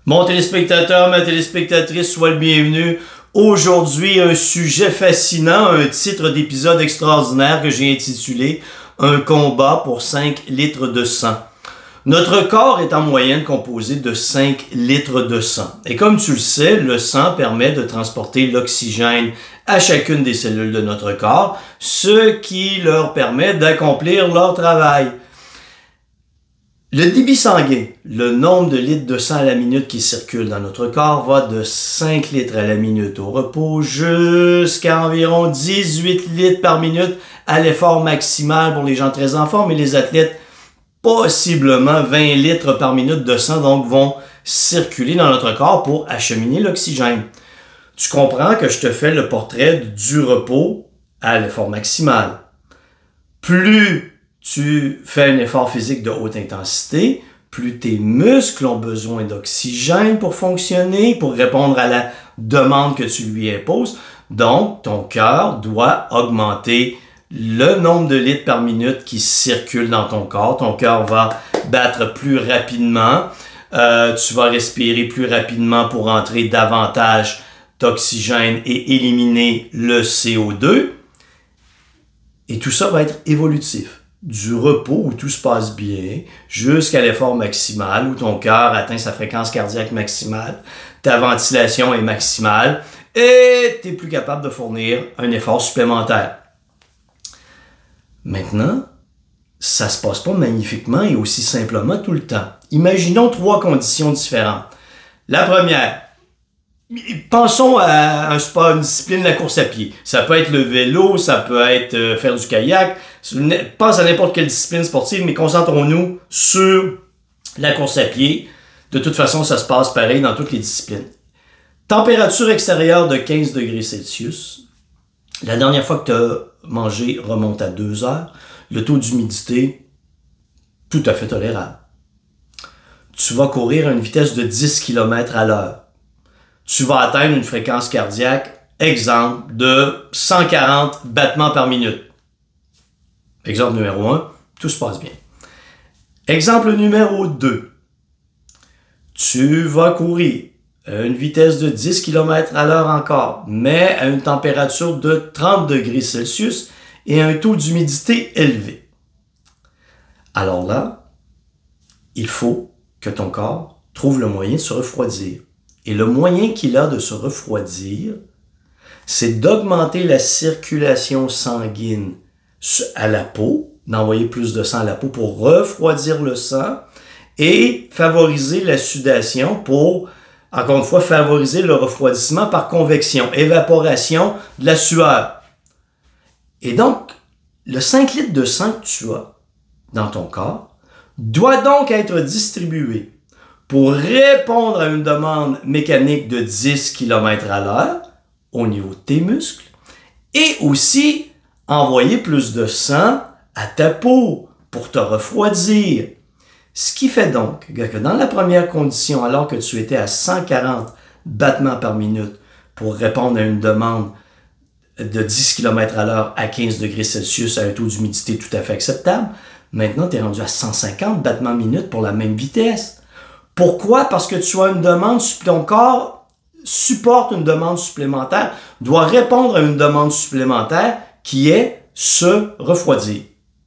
Mon téléspectateur, ma téléspectatrice, sois le bienvenu. Aujourd'hui, un sujet fascinant, un titre d'épisode extraordinaire que j'ai intitulé « Un combat pour 5 litres de sang ». Notre corps est en moyenne composé de 5 litres de sang. Et comme tu le sais, le sang permet de transporter l'oxygène à chacune des cellules de notre corps, ce qui leur permet d'accomplir leur travail. Le débit sanguin, le nombre de litres de sang à la minute qui circule dans notre corps, va de 5 litres à la minute au repos jusqu'à environ 18 litres par minute à l'effort maximal pour les gens très en forme et les athlètes, possiblement 20 litres par minute de sang donc vont circuler dans notre corps pour acheminer l'oxygène. Tu comprends que je te fais le portrait du repos à l'effort maximal. Plus tu fais un effort physique de haute intensité, plus tes muscles ont besoin d'oxygène pour fonctionner, pour répondre à la demande que tu lui imposes. Donc, ton cœur doit augmenter le nombre de litres par minute qui circulent dans ton corps. Ton cœur va battre plus rapidement. Tu vas respirer plus rapidement pour entrer davantage d'oxygène et éliminer le CO2. Et tout ça va être évolutif. Du repos où tout se passe bien jusqu'à l'effort maximal où ton cœur atteint sa fréquence cardiaque maximale, ta ventilation est maximale et tu n'es plus capable de fournir un effort supplémentaire. Maintenant, ça ne se passe pas magnifiquement et aussi simplement tout le temps. Imaginons 3 conditions différentes. La première, pensons à un sport, une discipline, la course à pied. Ça peut être le vélo, ça peut être faire du kayak. Pense à n'importe quelle discipline sportive, mais concentrons-nous sur la course à pied. De toute façon, ça se passe pareil dans toutes les disciplines. Température extérieure de 15 degrés Celsius. La dernière fois que tu as mangé remonte à 2 heures. Le taux d'humidité, tout à fait tolérable. Tu vas courir à une vitesse de 10 km à l'heure. Tu vas atteindre une fréquence cardiaque, exemple, de 140 battements par minute. Exemple numéro 1, tout se passe bien. Exemple numéro 2, tu vas courir à une vitesse de 10 km à l'heure encore, mais à une température de 30 degrés Celsius et un taux d'humidité élevé. Alors là, il faut que ton corps trouve le moyen de se refroidir. Et le moyen qu'il a de se refroidir, c'est d'augmenter la circulation sanguine à la peau, d'envoyer plus de sang à la peau pour refroidir le sang et favoriser la sudation pour, encore une fois, favoriser le refroidissement par convection, évaporation de la sueur. Et donc, le 5 litres de sang que tu as dans ton corps doit donc être distribué pour répondre à une demande mécanique de 10 km à l'heure au niveau de tes muscles et aussi envoyer plus de sang à ta peau pour te refroidir. Ce qui fait donc que dans la première condition, alors que tu étais à 140 battements par minute pour répondre à une demande de 10 km à l'heure à 15 degrés Celsius à un taux d'humidité tout à fait acceptable, maintenant tu es rendu à 150 battements minute pour la même vitesse. Pourquoi? Parce que tu as une demande, ton corps supporte une demande supplémentaire, doit répondre à une demande supplémentaire qui est se refroidir.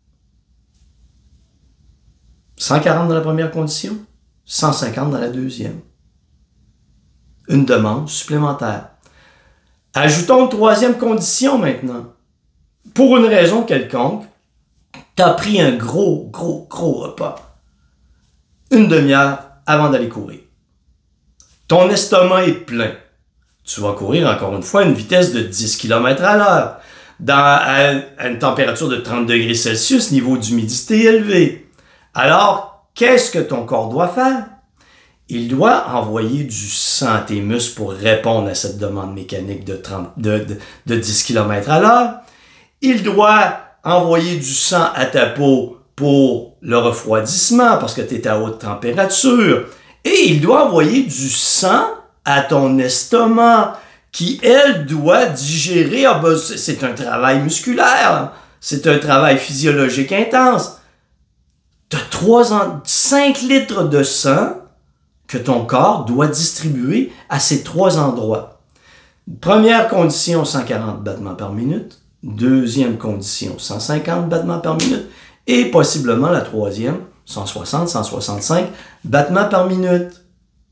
140 dans la première condition, 150 dans la deuxième. Une demande supplémentaire. Ajoutons une troisième condition maintenant. Pour une raison quelconque, tu as pris un gros repas. Une demi-heure avant d'aller courir. Ton estomac est plein. Tu vas courir encore une fois à une vitesse de 10 km à l'heure, à une température de 30 degrés Celsius, niveau d'humidité élevé. Alors, qu'est-ce que ton corps doit faire? Il doit envoyer du sang à tes muscles pour répondre à cette demande mécanique de 10 km à l'heure. Il doit envoyer du sang à ta peau pour le refroidissement parce que tu es à haute température. Et il doit envoyer du sang à ton estomac qui, elle, doit digérer. C'est un travail musculaire. C'est un travail physiologique intense. Tu as 5 litres de sang que ton corps doit distribuer à ces 3 endroits. Première condition, 140 battements par minute. Deuxième condition, 150 battements par minute. Et possiblement la troisième, 160, 165 battements par minute.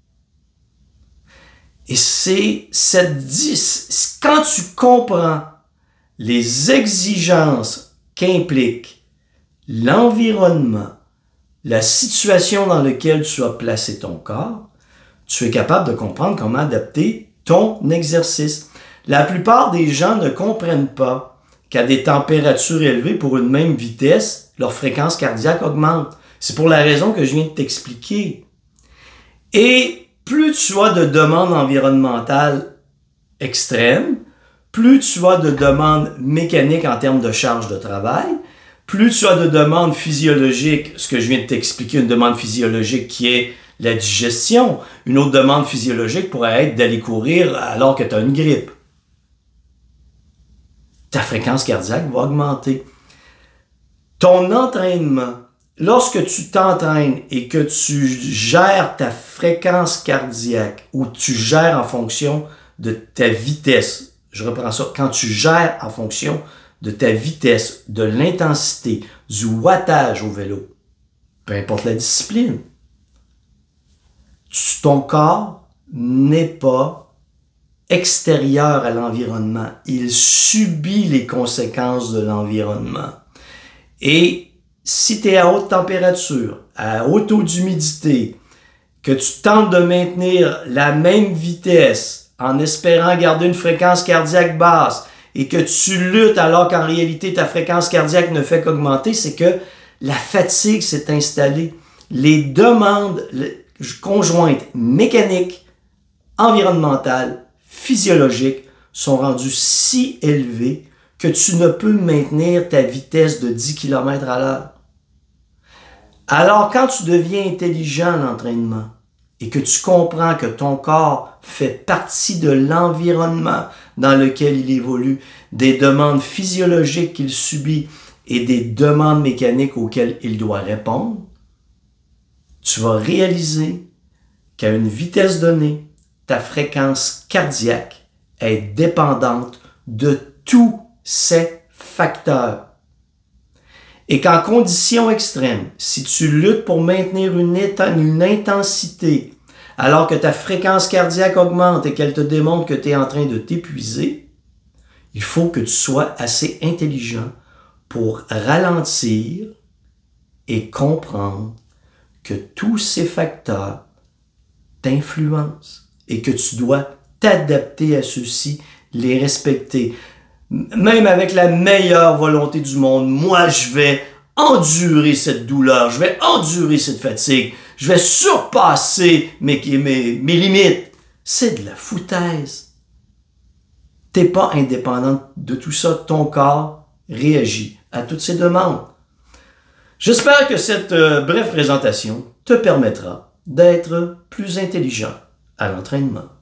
Et c'est cette 10. Quand tu comprends les exigences qu'implique l'environnement, la situation dans laquelle tu as placé ton corps, tu es capable de comprendre comment adapter ton exercice. La plupart des gens ne comprennent pas qu'à des températures élevées pour une même vitesse, leur fréquence cardiaque augmente. C'est pour la raison que je viens de t'expliquer. Et plus tu as de demandes environnementales extrêmes, plus tu as de demandes mécaniques en termes de charge de travail, plus tu as de demandes physiologiques, ce que je viens de t'expliquer, une demande physiologique qui est la digestion. Une autre demande physiologique pourrait être d'aller courir alors que tu as une grippe. Ta fréquence cardiaque va augmenter. Ton entraînement, lorsque tu t'entraînes et que tu gères ta fréquence cardiaque ou tu gères en fonction de ta vitesse, je reprends ça, quand tu gères en fonction de ta vitesse, de l'intensité, du wattage au vélo, peu importe la discipline, ton corps n'est pas extérieur à l'environnement. Il subit les conséquences de l'environnement. Et si tu es à haute température, à haut taux d'humidité, que tu tentes de maintenir la même vitesse en espérant garder une fréquence cardiaque basse et que tu luttes alors qu'en réalité ta fréquence cardiaque ne fait qu'augmenter, c'est que la fatigue s'est installée. Les demandes conjointes mécaniques, environnementales, physiologiques sont rendues si élevées que tu ne peux maintenir ta vitesse de 10 km à l'heure. Alors, quand tu deviens intelligent à l'entraînement et que tu comprends que ton corps fait partie de l'environnement dans lequel il évolue, des demandes physiologiques qu'il subit et des demandes mécaniques auxquelles il doit répondre, tu vas réaliser qu'à une vitesse donnée, ta fréquence cardiaque est dépendante de tous ces facteurs. Et qu'en conditions extrêmes, si tu luttes pour maintenir une intensité alors que ta fréquence cardiaque augmente et qu'elle te démontre que tu es en train de t'épuiser, il faut que tu sois assez intelligent pour ralentir et comprendre que tous ces facteurs t'influencent et que tu dois t'adapter à ceux-ci, les respecter. Même avec la meilleure volonté du monde, moi je vais endurer cette douleur, je vais endurer cette fatigue, je vais surpasser mes limites. C'est de la foutaise. T'es pas indépendant de tout ça, ton corps réagit à toutes ces demandes. J'espère que cette brève présentation te permettra d'être plus intelligent à l'entraînement.